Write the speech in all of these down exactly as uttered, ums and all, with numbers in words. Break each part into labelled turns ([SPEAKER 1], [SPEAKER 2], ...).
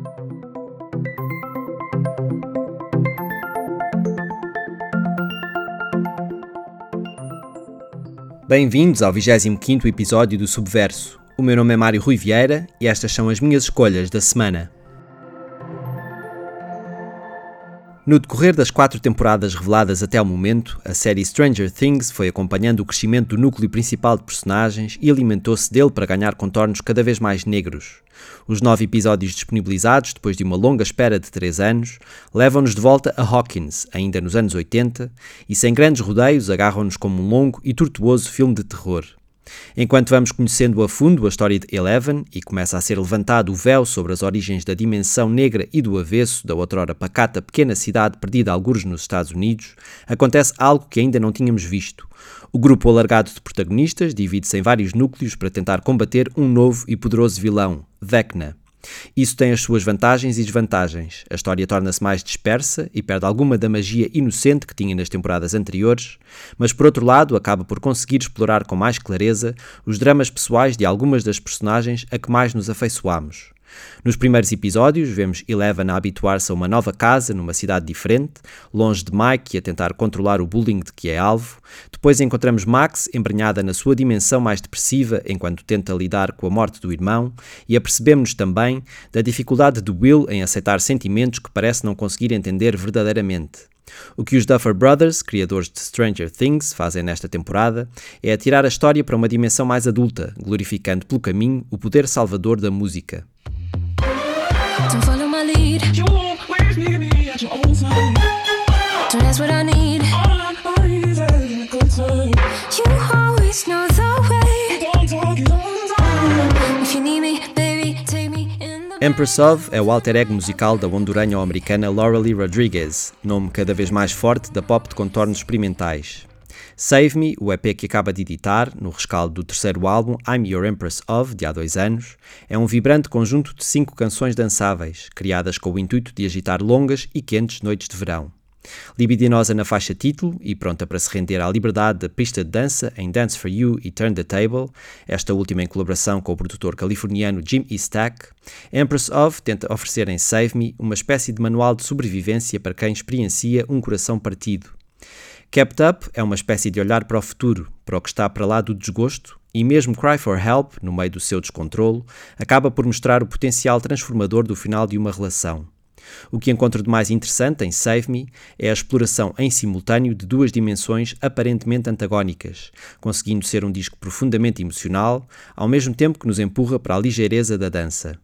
[SPEAKER 1] Bem-vindos ao vigésimo quinto episódio do Subverso. O meu nome é Mário Rui Vieira e estas são as minhas escolhas da semana. No decorrer das quatro temporadas reveladas até ao momento, a série Stranger Things foi acompanhando o crescimento do núcleo principal de personagens e alimentou-se dele para ganhar contornos cada vez mais negros. Os nove episódios disponibilizados, depois de uma longa espera de três anos, levam-nos de volta a Hawkins, ainda nos anos oitenta, e sem grandes rodeios agarram-nos como um longo e tortuoso filme de terror. Enquanto vamos conhecendo a fundo a história de Eleven e começa a ser levantado o véu sobre as origens da dimensão negra e do avesso da outrora pacata pequena cidade perdida a algures nos Estados Unidos, acontece algo que ainda não tínhamos visto. O grupo alargado de protagonistas divide-se em vários núcleos para tentar combater um novo e poderoso vilão, Vecna. Isso tem as suas vantagens e desvantagens. A história torna-se mais dispersa e perde alguma da magia inocente que tinha nas temporadas anteriores, mas por outro lado acaba por conseguir explorar com mais clareza os dramas pessoais de algumas das personagens a que mais nos afeiçoámos. Nos primeiros episódios, vemos Eleven a habituar-se a uma nova casa numa cidade diferente, longe de Mike e a tentar controlar o bullying de que é alvo. Depois encontramos Max embrenhada na sua dimensão mais depressiva enquanto tenta lidar com a morte do irmão e apercebemos-nos também da dificuldade de Will em aceitar sentimentos que parece não conseguir entender verdadeiramente. O que os Duffer Brothers, criadores de Stranger Things, fazem nesta temporada é atirar a história para uma dimensão mais adulta, glorificando pelo caminho o poder salvador da música.
[SPEAKER 2] Don't follow my lead. You always need me at your own time. Don't ask what I need. All I need is a good time. You always know the way. Don't talk it all the time. If you need me, baby, take me in the...
[SPEAKER 1] Empress of é o alter ego musical da honduranho-americana Laura Lee Rodriguez, nome cada vez mais forte da pop de contornos experimentais. Save Me, o E P que acaba de editar, no rescaldo do terceiro álbum I'm Your Empress Of, de há dois anos, é um vibrante conjunto de cinco canções dançáveis, criadas com o intuito de agitar longas e quentes noites de verão. Libidinosa na faixa título e pronta para se render à liberdade da pista de dança em Dance For You e Turn the Table, esta última em colaboração com o produtor californiano Jim E. Stack, Empress Of tenta oferecer em Save Me uma espécie de manual de sobrevivência para quem experiencia um coração partido. Kept Up é uma espécie de olhar para o futuro, para o que está para lá do desgosto, e mesmo Cry for Help, no meio do seu descontrolo, acaba por mostrar o potencial transformador do final de uma relação. O que encontro de mais interessante em Save Me é a exploração em simultâneo de duas dimensões aparentemente antagónicas, conseguindo ser um disco profundamente emocional, ao mesmo tempo que nos empurra para a ligeireza da dança.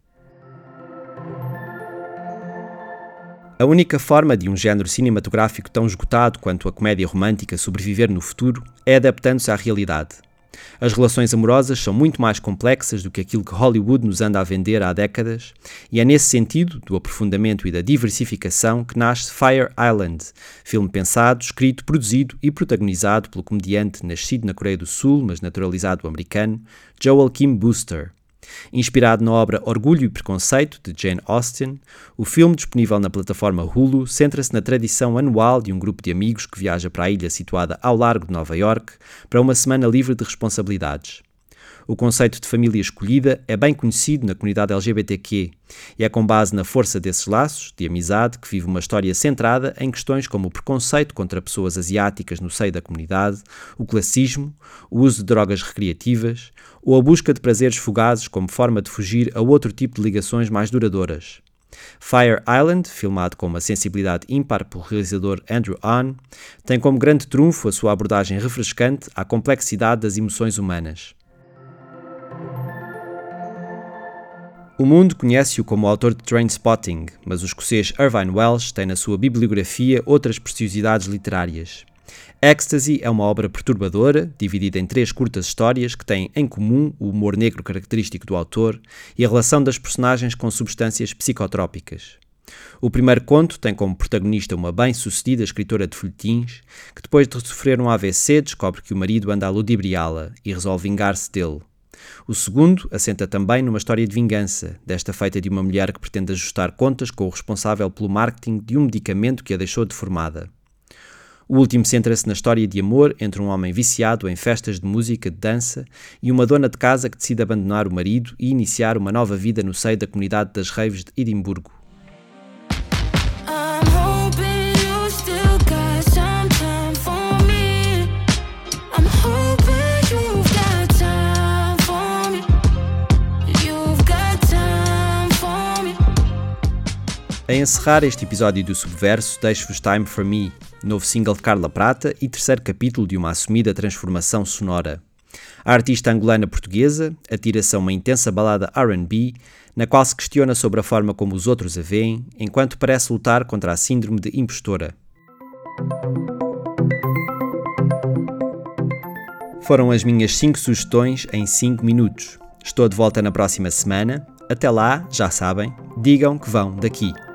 [SPEAKER 1] A única forma de um género cinematográfico tão esgotado quanto a comédia romântica sobreviver no futuro é adaptando-se à realidade. As relações amorosas são muito mais complexas do que aquilo que Hollywood nos anda a vender há décadas, e é nesse sentido, do aprofundamento e da diversificação, que nasce Fire Island, filme pensado, escrito, produzido e protagonizado pelo comediante nascido na Coreia do Sul, mas naturalizado americano, Joel Kim Booster. Inspirado na obra Orgulho e Preconceito, de Jane Austen, o filme, disponível na plataforma Hulu, centra-se na tradição anual de um grupo de amigos que viaja para a ilha situada ao largo de Nova York para uma semana livre de responsabilidades. O conceito de família escolhida é bem conhecido na comunidade L G B T Q e é com base na força desses laços de amizade que vive uma história centrada em questões como o preconceito contra pessoas asiáticas no seio da comunidade, o classismo, o uso de drogas recreativas ou a busca de prazeres fugazes como forma de fugir a outro tipo de ligações mais duradouras. Fire Island, filmado com uma sensibilidade ímpar pelo realizador Andrew Ahn, tem como grande trunfo a sua abordagem refrescante à complexidade das emoções humanas. O mundo conhece-o como autor de Trainspotting, mas o escocês Irvine Welsh tem na sua bibliografia outras preciosidades literárias. Ecstasy é uma obra perturbadora, dividida em três curtas histórias que têm em comum o humor negro característico do autor e a relação das personagens com substâncias psicotrópicas. O primeiro conto tem como protagonista uma bem-sucedida escritora de folhetins que, depois de sofrer um A V C, descobre que o marido anda a ludibriá-la e resolve vingar-se dele. O segundo assenta também numa história de vingança, desta feita de uma mulher que pretende ajustar contas com o responsável pelo marketing de um medicamento que a deixou deformada. O último centra-se na história de amor entre um homem viciado em festas de música, de dança, e uma dona de casa que decide abandonar o marido e iniciar uma nova vida no seio da comunidade das raves de Edimburgo. A encerrar este episódio do Subverso, deixo-vos Time For Me, novo single de Carla Prata e terceiro capítulo de uma assumida transformação sonora. A artista angolana-portuguesa atira-se a uma intensa balada R and B, na qual se questiona sobre a forma como os outros a veem, enquanto parece lutar contra a síndrome de impostora. Foram as minhas cinco sugestões em cinco minutos. Estou de volta na próxima semana. Até lá, já sabem, digam que vão daqui.